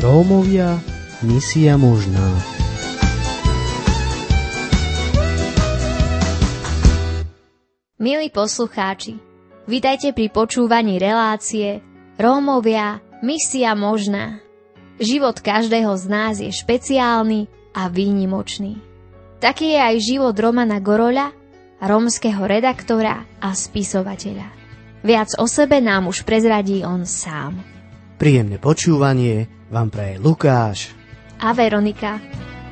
Rómovia, misia možná. Milí poslucháči, vitajte pri počúvaní relácie Rómovia, misia možná. Život každého z nás je špeciálny a výnimočný. Taký je aj život Romana Goroľa, rómskeho redaktora a spisovateľa. Viac o sebe nám už prezradí on sám. Príjemné počúvanie vám praje Lukáš a Veronika.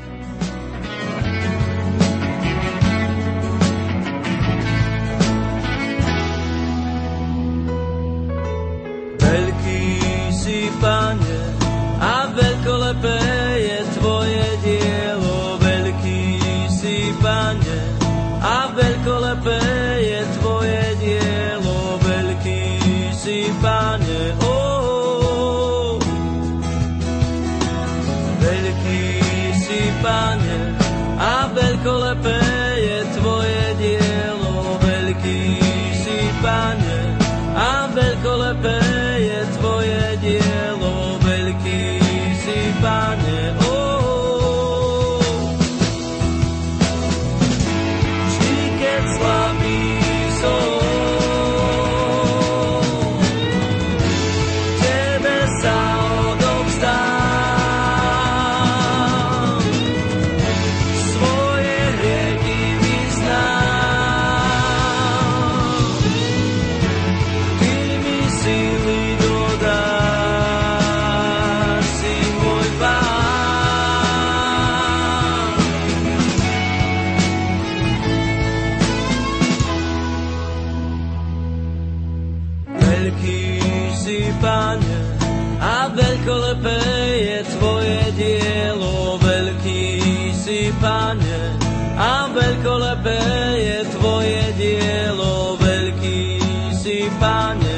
Veľký si, Pane, a veľkolepé je Tvoje dielo. Veľký si, Pane, a veľkolepé je Tvoje dielo. Veľký si, Pane, veľký si, Pane, a veľkolepé je Tvoje dielo. Veľký si, Pane, a veľkolepé je Tvoje dielo. Veľký si, Pane, vždy, keď slabý som, Tebe sa odovzdám, svoje hrieky vyznám, Ty mi síly dodáš, si môj Pán. Veľký si, Pane, a veľkolepé je Tvoje dielo. Veľký si, Pane, a veľkolepé je Tvoje dielo. Veľký si, Pane,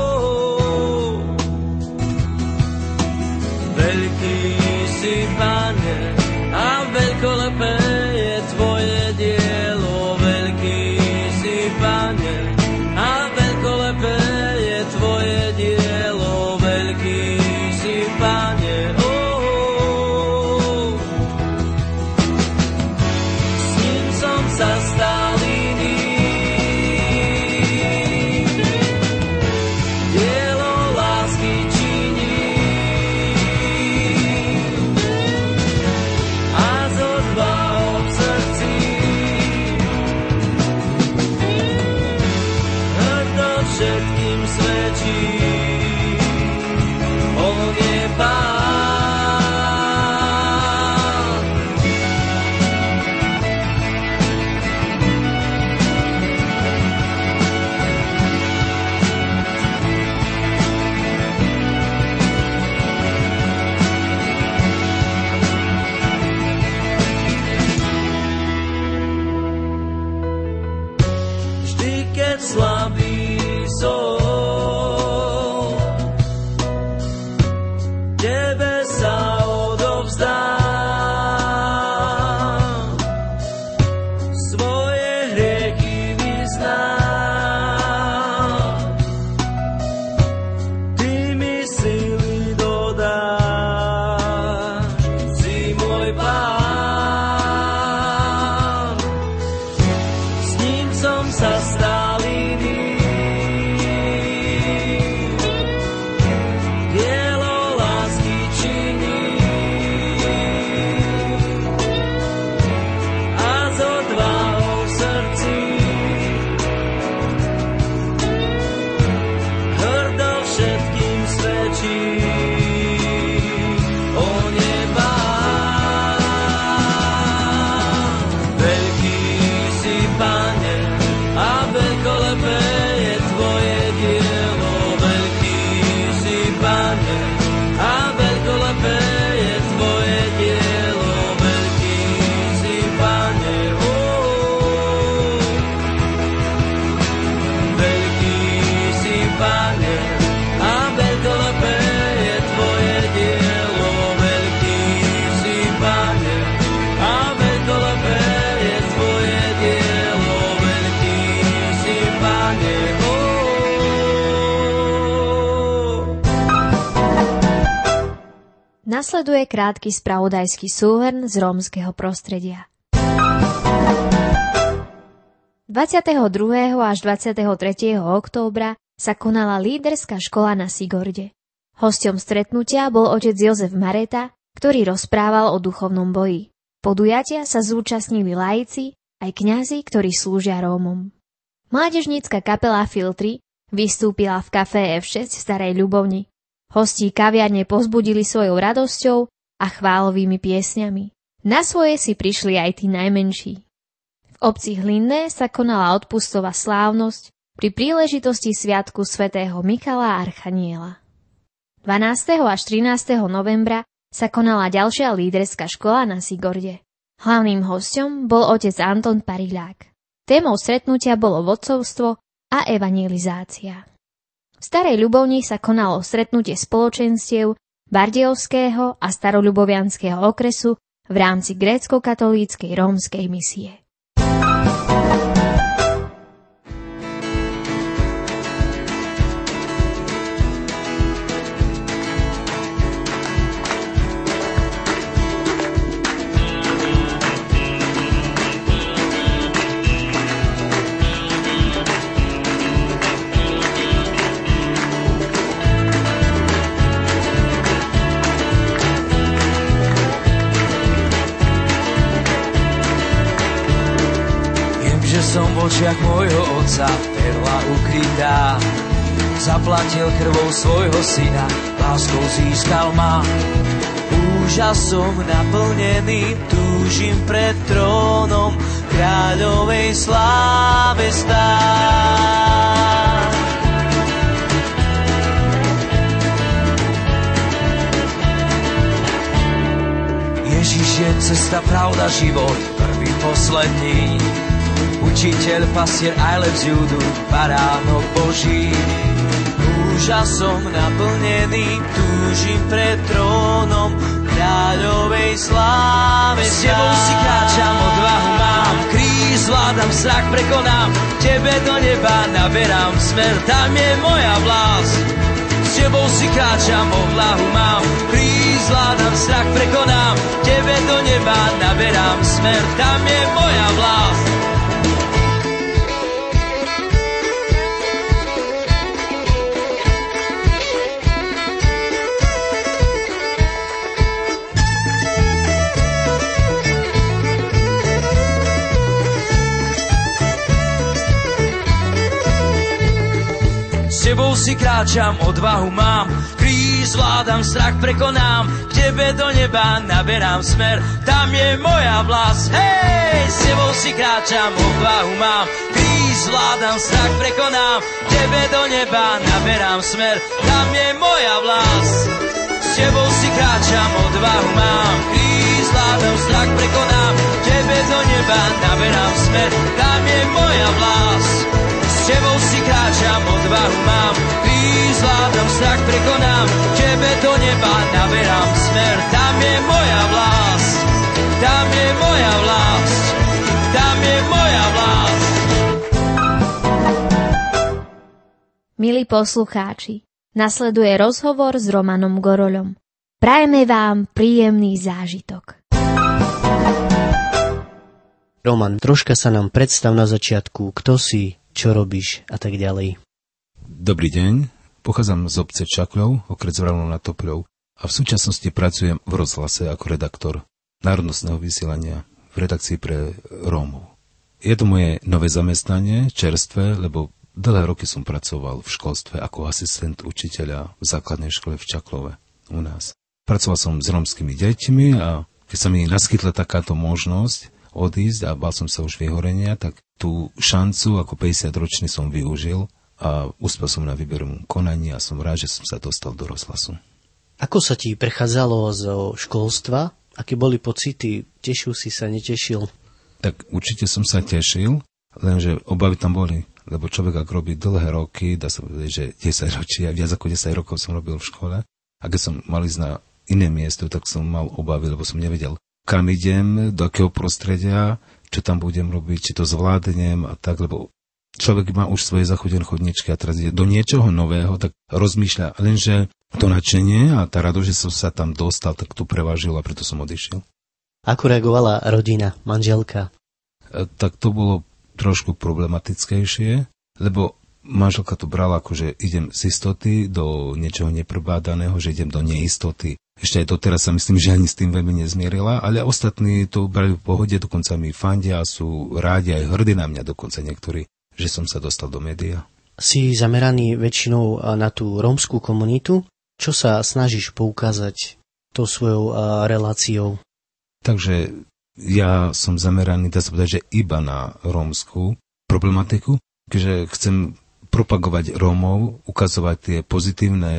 veľký si, Pane, a veľkolepé je Tvoje dielo. Veľký si, Pane, a veľkolepé je Tvoje dielo. Veľký si, Pane, s ním som sa stal iný. Dielo lásky činím a s odvahou v srdci hrdo všetkým svedčí. On je Pán. Vždy, keď slabý som, Tebe sa odovzdám, svoje hrieky vyznám, Ty mi síly dodáš, si môj Pán. S ním som sa stal iný. Dielo lásky činím a s odvahou v srdci hrdo všetkým svedčí. On je Pán. Veľký si, Pane, a veľkolepé je Tvoje dielo. Veľký si, Pane, a veľkolepé je Tvoje dielo. Veľký si, Pane, veľký si, Pane, a veľkolepé je Tvoje dielo. Veľký si, Pane, a veľkolepé je Tvoje dielo. Veľký si, Pane, Nasleduje krátky spravodajský súhrn z rómskeho prostredia. 22. až 23. októbra sa konala líderská škola na Sigorde. Hosťom stretnutia bol otec Jozef Mareta, ktorý rozprával o duchovnom boji. Podujatia sa zúčastnili laici, aj kňazi, ktorí slúžia Rómom. Mládežnícka kapela Filtry vystúpila v kafé F6 v Starej Ľubovni. Hostí kaviarne povzbudili svojou radosťou a chválovými piesňami. Na svoje si prišli aj tí najmenší. V obci Hlinné sa konala odpustová slávnosť pri príležitosti sviatku svätého Mikala Archaniela. 12. až 13. novembra sa konala ďalšia líderská škola na Sigorde. Hlavným hosťom bol otec Anton Parilák. Témou stretnutia bolo vodcovstvo a evangelizácia. V Starej Ľubovni sa konalo stretnutie spoločenstiev Bardejovského a Staroľubovianskeho okresu v rámci grécko-katolíckej rómskej misie. Som v očiach môjho otca perla ukrytá. Zaplatil krvou svojho syna, láskou získal ma. Úžasom naplnený, túžim pred trónom kráľovej sláve stáť. Ježiš je cesta, pravda, život, prvý, posledný. Učiteľ, pastier, aj lev z Júdu, baránok Boží. Úžasom naplnený, túžim pred trónom kráľovej sláve. S tebou si kráčam, odvahu mám, kríž zvládam, strach prekonám, tebe do neba naberám smer, tam je moja vlast. S tebou si kráčam, odvahu mám, kríž zvládam, strach prekonám, tebe do neba naberám smer, tam je moja vlast. S tebou si kráčam, odvahu mám, kríž zvládam, strach prekonám, k tebe do neba naberám smer, tam je moja vlast. Hej, s tebou si kráčam, odvahu mám, kríž zvládam, strach prekonám, k tebe do neba naberám smer, tam je moja vlast. S tebou si kráčam, odvahu mám, kríž zvládam, strach prekonám, k tebe do neba naberám smer, tam je moja vlast. S tebou si kráčam, odvahu mám, kríž zvládam, strach prekonám, tebe do neba naberám smer, tam je moja vlast, tam je moja vlast, tam je moja vlast. Milí poslucháči, nasleduje rozhovor s Romanom Goroľom. Prajeme vám príjemný zážitok. Roman, troška sa nám predstav na začiatku, kto si, čo robíš a tak ďalej. Dobrý deň, pochádzam z obce Čakľov, okres Vravnov nad Topľou a v súčasnosti pracujem v rozhlase ako redaktor národnostného vysielania v redakcii pre Rómov. Je to moje nové zamestnanie, čerstvé, lebo dlhé roky som pracoval v školstve ako asistent učiteľa v základnej škole v Čaklove u nás. Pracoval som s rómskymi deťmi a keď sa mi naskytla takáto možnosť odísť a bál som sa už vyhorenia, tak tú šancu ako 50-ročný som využil a uspel som na výberovom konaní a som rád, že som sa dostal do rozhlasu. Ako sa ti prechádzalo zo školstva? Aké boli pocity? Tešil si sa, netešil? Tak určite som sa tešil, lenže obavy tam boli, lebo človek, ak robí dlhé roky, dá sa povedať, že 10 ročí, viac ako 10 rokov som robil v škole, a keď som mal ísť na iné miesto, tak som mal obavy, lebo som nevedel, kam idem, do akého prostredia, čo tam budem robiť, či to zvládnem a tak, lebo človek má už svoje zachodené chodničky a teraz ide do niečoho nového, tak rozmýšľa, lenže to nadšenie a tá radosť, že som sa tam dostal, tak to prevážilo a preto som odišiel. Ako reagovala rodina, manželka? Tak to bolo trošku problematickejšie, lebo manželka to brala ako, že idem z istoty do niečoho neprebádaného, že idem do neistoty. Ešte aj doteraz sa myslím, že ani s tým veľmi nezmierila, ale ostatní to brali v pohode, dokonca mi fandia, sú rádi aj hrdí na mňa dokonca niektorí, že som sa dostal do média. Si zameraný väčšinou na tú rómskú komunitu. Čo sa snažíš poukázať tou svojou reláciou? Takže ja som zameraný, dá sa povedať, že iba na rómskú problematiku, keďže chcem propagovať Rómov, ukazovať tie pozitívne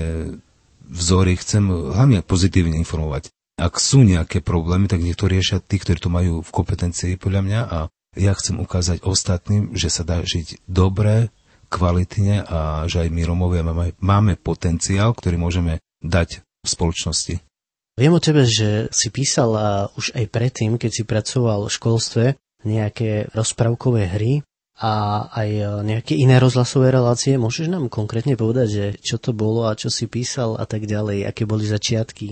vzory, chcem hlavne pozitívne informovať. Ak sú nejaké problémy, tak nech to riešia tí, ktorí to majú v kompetencii podľa mňa a ja chcem ukázať ostatným, že sa dá žiť dobre, kvalitne a že aj my Rómovia máme potenciál, ktorý môžeme dať v spoločnosti. Viem o tebe, že si písal už aj predtým, keď si pracoval v školstve, nejaké rozprávkové hry a aj nejaké iné rozhlasové relácie. Môžeš nám konkrétne povedať, že čo to bolo a čo si písal a tak ďalej, aké boli začiatky?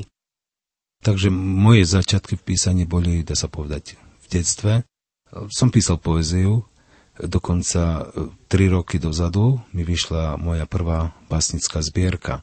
Takže moje začiatky v písaní boli, dá sa povedať, v detstve. Som písal poéziu, dokonca 3 roky dozadu mi vyšla moja prvá básnická zbierka.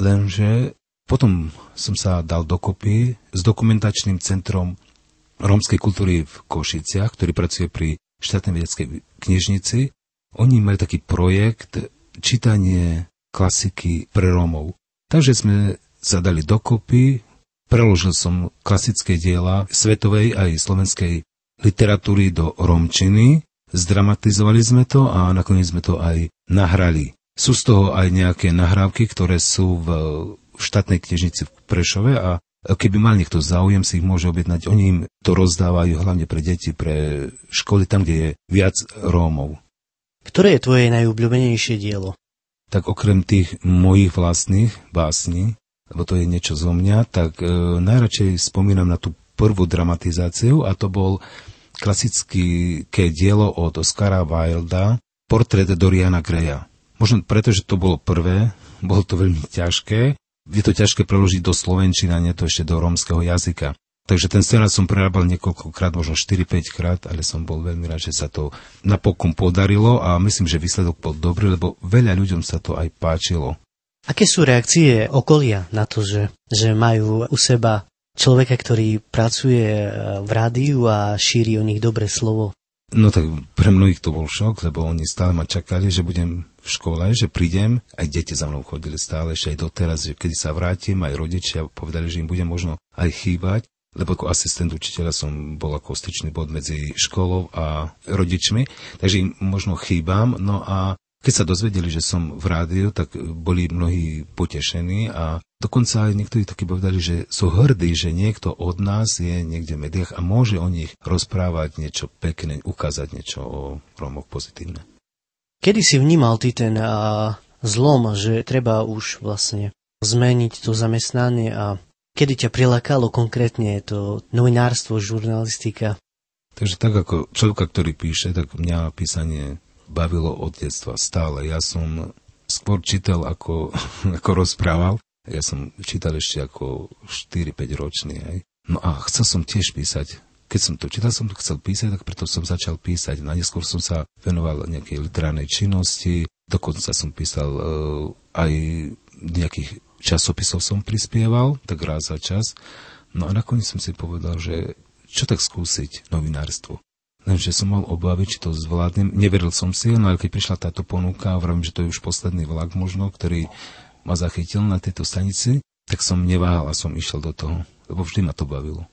Lenže potom som sa dal dokopy s dokumentačným centrom rómskej kultúry v Košiciach, ktorý pracuje pri štátnej vedeckej knižnici. Oni mali taký projekt čítanie klasiky pre Rómov. Takže sme sa dali dokopy, preložil som klasické diela svetovej aj slovenskej literatúry do rómčiny, zdramatizovali sme to a nakoniec sme to aj nahrali. Sú z toho aj nejaké nahrávky, ktoré sú v štátnej knižnici v Prešove a keby mal niekto záujem, si ich môže objednať. Oni im to rozdávajú hlavne pre deti, pre školy, tam, kde je viac Rómov. Ktoré je tvoje najobľúbenejšie dielo? Tak okrem tých mojich vlastných básní, lebo to je niečo zo mňa, tak najradšej spomínam na tú prvú dramatizáciu a to bol klasické dielo od Oscara Wilda, Portrét Doriana Greya. Možno preto, že to bolo prvé, bolo to veľmi ťažké. Je to ťažké preložiť do slovenčiny, nie to ešte do rómskeho jazyka. Takže ten scenár som prerábal niekoľkokrát, možno 4-5 krát, ale som bol veľmi rád, že sa to napokon podarilo a myslím, že výsledok bol dobrý, lebo veľa ľuďom sa to aj páčilo. Aké sú reakcie okolia na to, že majú u seba človeka, ktorý pracuje v rádiu a šíri o nich dobré slovo? No tak pre mnohých to bol šok, lebo oni stále ma čakali, že budem v škole, že prídem. Aj deti za mnou chodili stále, ešte aj doteraz, že kedy sa vrátim, aj rodičia povedali, že im budem možno aj chýbať, lebo ako asistent učiteľa som bol ako styčný bod medzi školou a rodičmi, takže im možno chýbam. No a keď sa dozvedeli, že som v rádiu, tak boli mnohí potešení a dokonca aj niektorí takí povedali, že sú hrdí, že niekto od nás je niekde v médiách a môže o nich rozprávať niečo pekné, ukázať niečo o Rómoch pozitívne. Kedy si vnímal ty ten zlom, že treba už vlastne zmeniť to zamestnanie a kedy ťa prilákalo konkrétne to novinárstvo, žurnalistika? Takže tak ako človeka, ktorý píše, tak mňa písanie bavilo od detstva stále. Ja som skôr čítal ako rozprával. Ja som čítal ešte ako 4-5 ročný. Aj. No a chcel som tiež písať. Keď som to čítal, som to chcel písať, tak preto som začal písať. No a neskôr som sa venoval nejakej literárnej činnosti. Dokonca som písal aj nejakých časopisov som prispieval, tak raz za čas. No a nakoniec som si povedal, že čo tak skúsiť novinárstvo. Lenže som mal obavy, či to zvládnem. Neveril som si, no ale keď prišla táto ponuka, vravím, že to je už posledný vlak možno, ktorý ma zachytil na tejto stanici, tak som neváhal a som išiel do toho, lebo vždy ma to bavilo.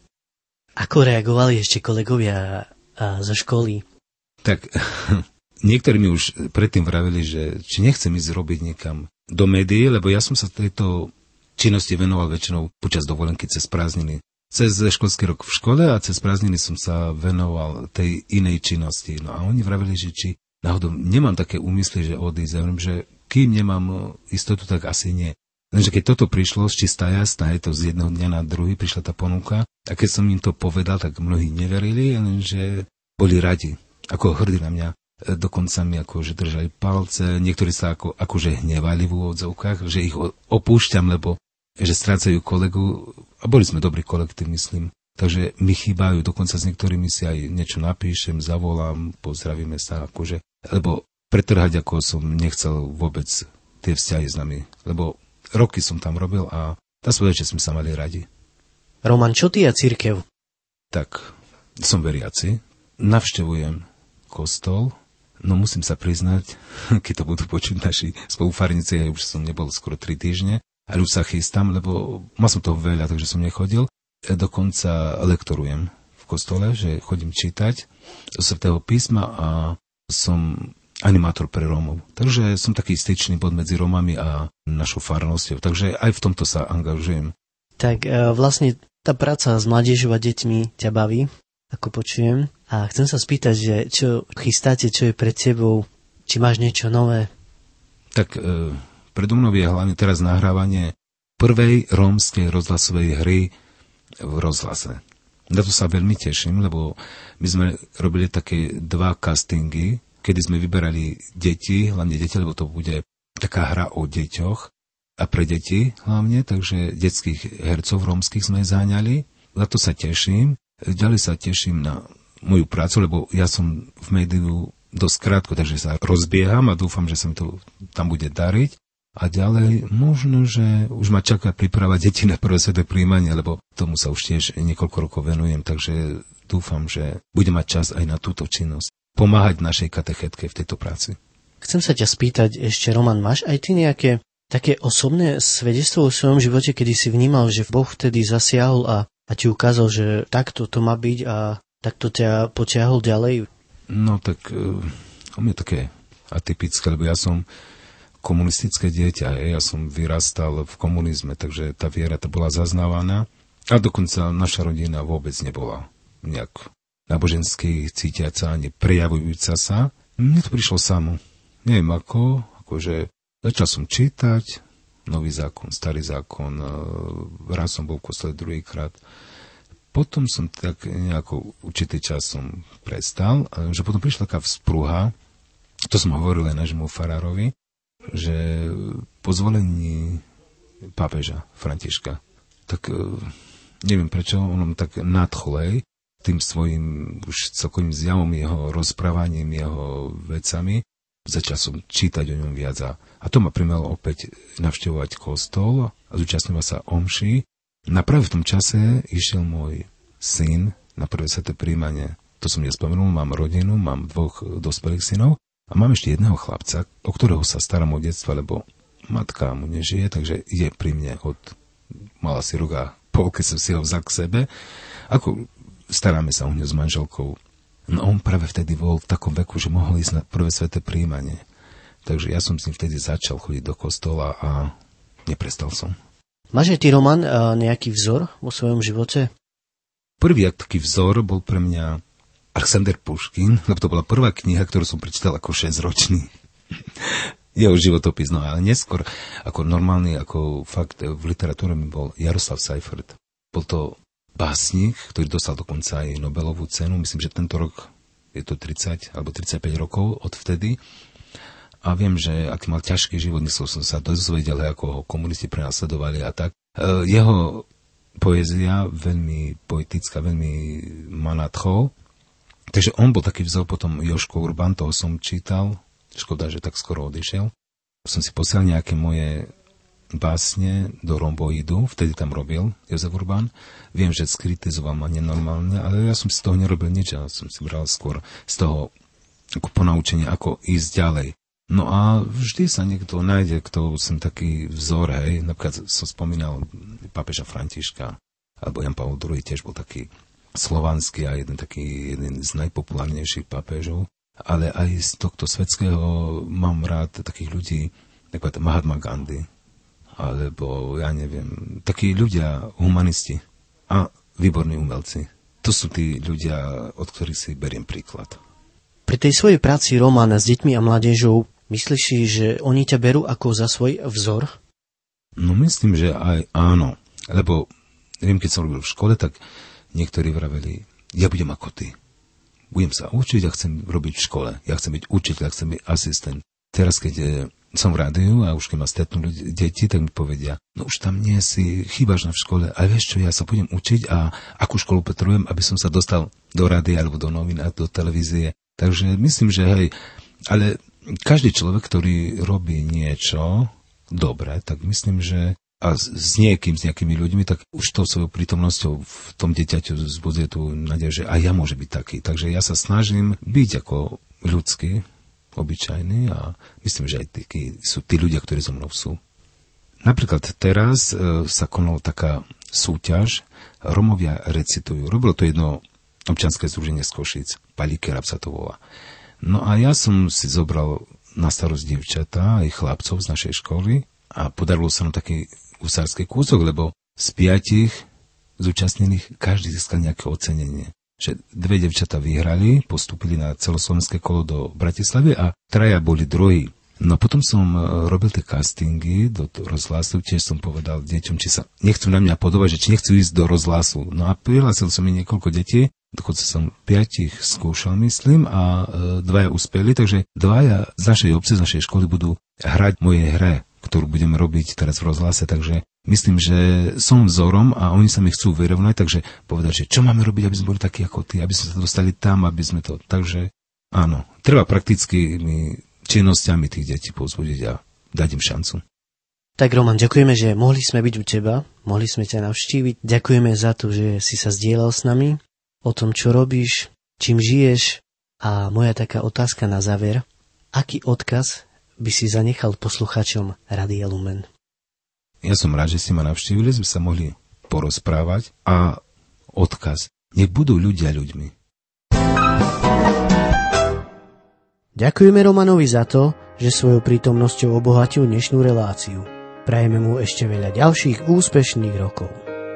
Ako reagovali ešte kolegovia zo školy? Tak niektorí mi už predtým vravili, že či nechcem ísť robiť niekam do médií, lebo ja som sa tejto činnosti venoval väčšinou počas dovolenky cez prázdniny. Cez školský rok v škole a cez prázdniny som sa venoval tej inej činnosti. No a oni vravili, že či náhodou nemám také úmysly, že odísť. Ja viem, že kým nemám istotu, tak asi nie. Lenže keď toto prišlo z čistá jasná, je to z jedného dňa na druhý, prišla tá ponuka. A keď som im to povedal, tak mnohí neverili, lenže boli radi, ako hrdí na mňa. Dokonca mi akože držali palce, niektorí sa akože hnevali v úvodzovkách, že ich opúšťam, lebo že strácajú kolegu, a boli sme dobrý kolektív, myslím. Takže mi chýbajú, dokonca s niektorými si aj niečo napíšem, zavolám, pozdravíme sa, akože, lebo pretrhať, ako som nechcel vôbec tie vzťahy s nami, lebo roky som tam robil a dá sa povedať, že sme sa mali radi. Roman, čo ty a cirkev? Tak, som veriaci, navštevujem kostol, no musím sa priznať, keď to budú počuť naši spolufarníci, ja už som nebol skoro 3 týždne, ale už sa chystám, lebo mal som toho veľa, takže som nechodil. Dokonca lektorujem v kostole, že chodím čítať zo Svätého písma a som animátor pre Rómov. Takže som taký styčný bod medzi Rómami a našou farnosťou. Takže aj v tomto sa angažujem. Tak vlastne tá práca s mládežou a deťmi ťa baví, ako počujem. A chcem sa spýtať, že čo chystáte, čo je pred tebou, či máš niečo nové? Tak predo mnou je hlavne teraz nahrávanie prvej rómskej rozhlasovej hry v rozhlase. Na to sa veľmi teším, lebo my sme robili také 2 castingy, kedy sme vyberali deti, hlavne deti, lebo to bude taká hra o deťoch a pre deti hlavne, takže detských hercov rómskych sme zaňali. Na to sa teším. Ďalej sa teším na moju prácu, lebo ja som v médiu dosť krátko, takže sa rozbieham a dúfam, že sa mi to tam bude dariť. A ďalej možno, že už ma čaká príprava detí na prvé sväté prijímanie, lebo tomu sa už tiež niekoľko rokov venujem, takže dúfam, že budem mať čas aj na túto činnosť. Pomáhať našej katechetke v tejto práci. Chcem sa ťa spýtať ešte, Roman, máš aj ty nejaké také osobné svedectvo v svojom živote, kedy si vnímal, že Boh vtedy zasiahol a ti ukázal, že takto to má byť a takto ťa potiahol ďalej? No tak o mne také atypické, lebo ja som komunistické dieťa, ja som vyrastal v komunizme, takže tá viera to bola zaznávaná a dokonca naša rodina vôbec nebola nejak nábožensky cítiaca ani prejavujúca sa. Mne to prišlo samo. Neviem ako, akože začal som čítať Nový zákon, Starý zákon, raz som bol v kostole druhýkrát. Potom som tak nejako určitý čas som prestal, že potom prišla taká vzpruha, to som hovoril aj nášmu farárovi, že po zvolení pápeža Františka, tak neviem prečo, on tak nadcholej tým svojim už celkovým zjavom, jeho rozprávaním, jeho vecami, začal som čítať o ňom viac a to ma primelo opäť navštevovať kostol a zúčastňovať sa omši. Na práve v tom čase išiel môj syn na prvé sväté prijímanie. To som nespomenul, mám rodinu, mám 2 dospelých synov a mám ešte jedného chlapca, o ktorého sa starám od detstva, lebo matka mu nežije, takže je pri mne mal asi rok a pol, keď som si ho vzal k sebe. Ako staráme sa o ňu s manželkou. No on práve vtedy bol v takom veku, že mohol ísť na prvé sväté prijímanie. Takže ja som s ním vtedy začal chodiť do kostola a neprestal som. Máš aj ty, Roman, nejaký vzor vo svojom živote? Prvý taký vzor bol pre mňa Alexander Puškin, lebo to bola prvá kniha, ktorú som prečítal ako 6-ročný. Jeho životopis, no ale neskôr ako normálny, ako fakt v literatúre mi bol Jaroslav Seifert. Bol to básnik, ktorý dostal dokonca aj Nobelovú cenu. Myslím, že tento rok je to 30 alebo 35 rokov od vtedy. A viem, že aký mal ťažký život, myslel som sa dozvedel, ako ho komunisti prenasledovali a tak. Jeho poézia veľmi poetická, veľmi ma nadchol. Takže on bol taký vzor, potom Jožko Urban, toho som čítal. Škoda, že tak skoro odišiel. Som si posiel nejaké moje básne do romboidu, vtedy tam robil Jozef Urban. Viem, že skritizoval ma nenormálne, ale ja som si z toho nerobil nič, ja som si bral skôr z toho ako ponaučenie, ako ísť ďalej. No a vždy sa niekto nájde, kto som taký vzor, hej, napríklad som spomínal pápeža Františka, alebo Jan Pavol II tiež bol taký slovanský a jeden z najpopulárnejších pápežov, ale aj z tohto svetského mám rád takých ľudí, napríklad Mahatma Gandhi, alebo, ja neviem, takí ľudia, humanisti a výborní umelci. To sú tí ľudia, od ktorých si beriem príklad. Pri tej svojej práci, Roman, s deťmi a mládežou, myslíš si, že oni ťa berú ako za svoj vzor? No myslím, že aj áno. Lebo, neviem, keď som robil v škole, tak niektorí vraveli, ja budem ako ty. Budem sa učiť a chcem robiť v škole. Ja chcem byť učiteľ, ja chcem byť asistent. Teraz, keď som v rádiu a už keď ma stretnú deti, tak mi povedia, no už tam nie si, chýbaš na v škole, ale vieš čo, ja sa budem učiť a akú školu potrebujem, aby som sa dostal do rádia alebo do novín a do televízie. Takže myslím, že hej, ale každý človek, ktorý robí niečo dobre, tak myslím, že a s nejakými ľuďmi, tak už tou svojou prítomnosťou v tom dieťaťu vzbudzuje tú nádej, že aj ja môže byť taký. Takže ja sa snažím byť ako ľudský, obyčajný a myslím, že aj sú tí ľudia, ktorí so mnou sú. Napríklad teraz sa konala taká súťaž, Romovia recitujú. Robilo to jedno občianske združenie z Košíc, Palíker sa to volá. No a ja som si zobral na starosť dievčatá aj chlapcov z našej školy a podarilo sa nám taký husársky kúsok, lebo z 5 zúčastnených každý získal nejaké ocenenie. Že 2 devčatá vyhrali, postúpili na celoslovenské kolo do Bratislavy a 3 boli druhí. No potom som robil tie castingy do rozhlasu, tiež som povedal deťom, či sa nechcú na mňa podobať, že či nechcú ísť do rozhlasu. No a prihlásil som mi niekoľko detí, dokonca som 5 skúšal, myslím, a 2 uspeli, takže 2 z našej obce, z našej školy budú hrať moje hre, ktorú budeme robiť teraz v rozhlase, takže myslím, že som vzorom a oni sa mi chcú vyrovnať, takže povedať, že čo máme robiť, aby sme boli takí ako ty, aby sme sa dostali tam, aby sme to... Takže áno, treba praktickými činnosťami tých detí povzbudiť a dať im šancu. Tak Roman, ďakujeme, že mohli sme byť u teba, mohli sme ťa navštíviť. Ďakujeme za to, že si sa zdieľal s nami o tom, čo robíš, čím žiješ. A moja taká otázka na záver. Aký odkaz by si zanechal poslucháčom Rádia Lumen? Ja som rád, že si ma navštívili, sme sa mohli porozprávať a odkaz. Nech budú ľudia ľuďmi. Ďakujeme Romanovi za to, že svojou prítomnosťou obohatil dnešnú reláciu. Prajeme mu ešte veľa ďalších úspešných rokov.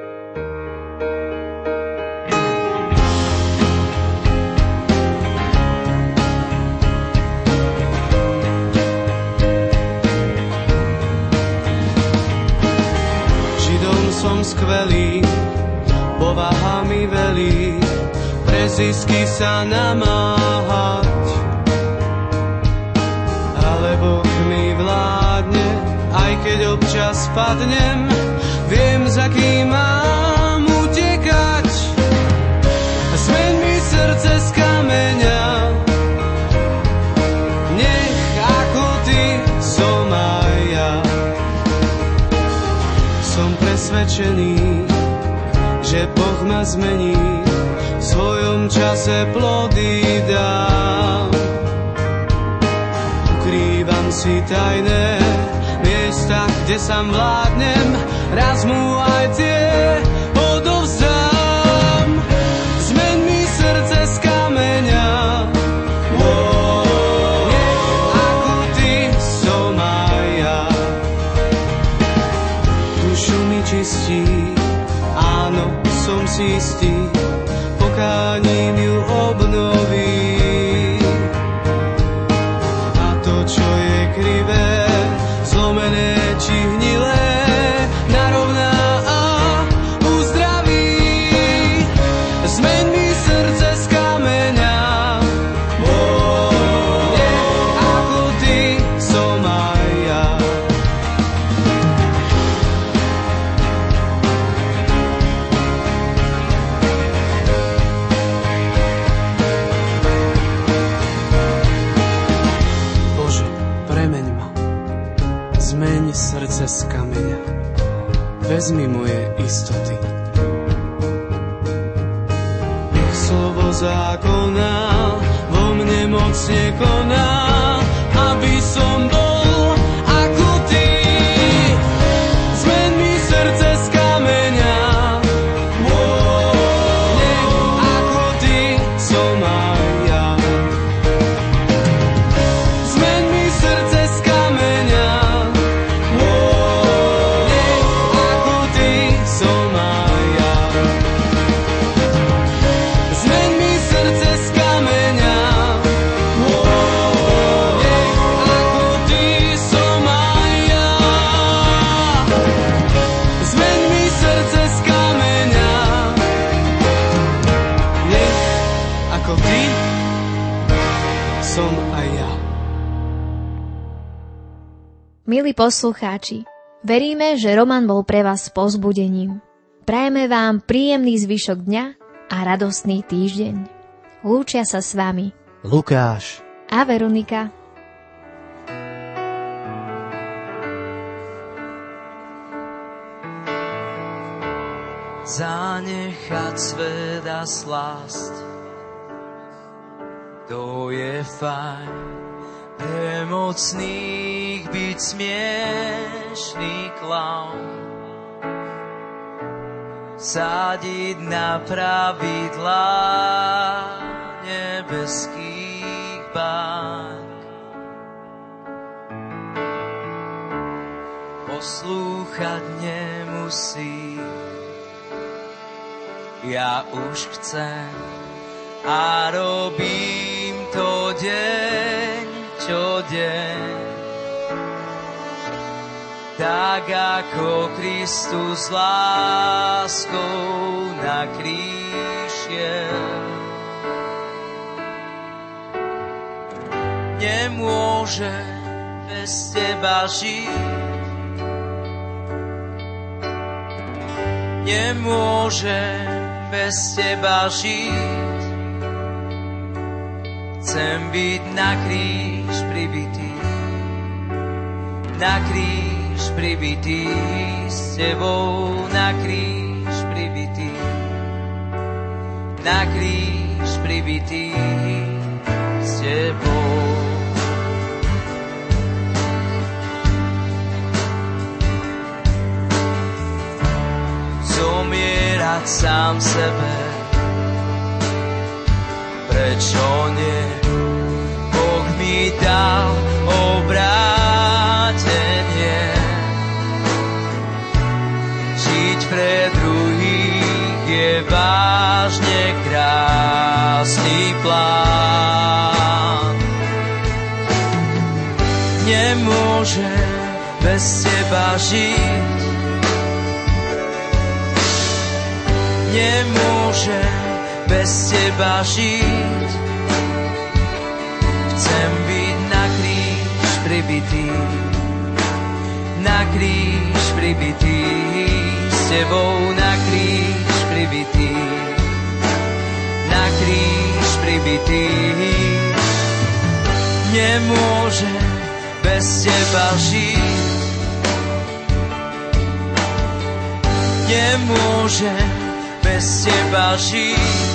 Skvelý, povaha mi velí, pre zisky sa namáhať. Ale Boh mi vládne, aj keď občas padnem, viem, za kým mám utekať. Zmeň mi srdce z kameňa, nech ako ty som aj ja. Som presvedčený, že Boh ma zmení, v svojom čase plody dá. Ukrývam si tajné miesta, kde sám vládnem, raz mu aj tie odovzdám. Zmeň mi srdce z kameňa, nech ako ty som aj ja. Dušu mi čistí, áno, som si istý, pokáním ju obnoví. A to, čo je krivé, zlomené či hnilé, narovná a uzdraví. Zmeň mi srdce z kameňa, nech ako ty som aj ja. Zmeň srdce z kameňa, vezmi moje istoty. Nech slovo zákona vo mne mocne koná, aby som bol ako ty. Zmeň mi srdce z kameňa, nech ako ty som aj ja. Zmeň mi srdce z kameňa, Milí poslucháči, veríme, že Roman bol pre vás povzbudením. Prajeme vám príjemný zvyšok dňa a radostný týždeň. Lúčia sa s vami Lukáš a Veronika. Zanechať svet a slásť, to je fajn. Pre mocných byť smiešný klaun, sádiť na pravidlá nebeských bánk, poslúchať nemusí, ja už chcem a robím to deň čo deň, tak ako Kristus láskou na kríž šiel. Nemôže bez teba žiť, nemôže bez teba žiť. Chcem byť na kríž pribitý, na kríž pribitý, s tebou na kríž pribitý, na kríž pribitý, s tebou. Zomierať sám sebe, prečo nie? Boh mi dal obrátenie, žiť pre druhých je vážne krásny plán. Nemôžem bez teba žiť, nemôžem bez teba žiť. Chcem byť na kríž pribitý, na kríž pribitý, s tebou na kríž pribitý, na kríž pribitý. Nemôžem bez teba žiť, nemôžem bez teba žiť.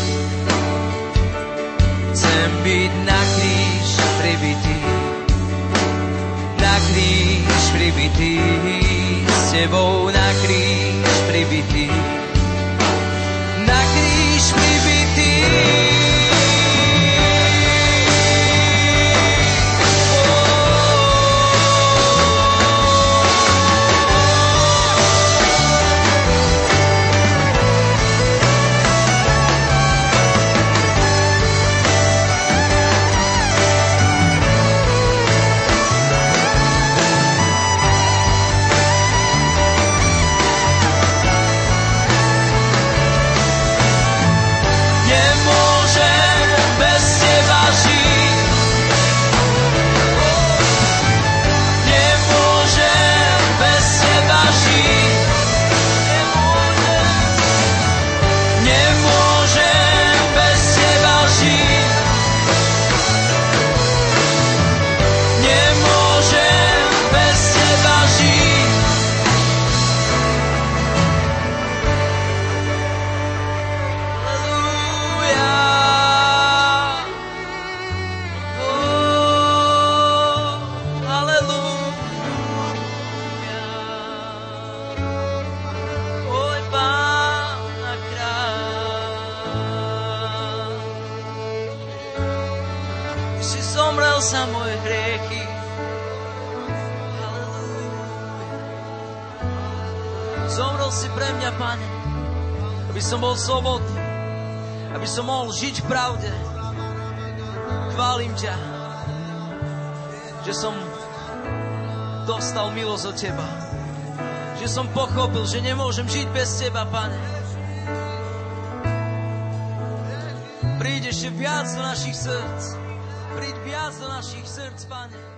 Chcem byť na kríž pribitý, na kríž pribitý, s tebou na kríž pribitý, na kríž pribitý. Za moje hriechy. Zomrel si pre mňa, Pane, aby som bol slobodný, aby som mohol žiť v pravde. Chválim ťa, že som dostal milosť od teba, že som pochopil, že nemôžem žiť bez teba, Pane. Príď ešte viac do našich srdc. Príď viac do našich srdc, Pane.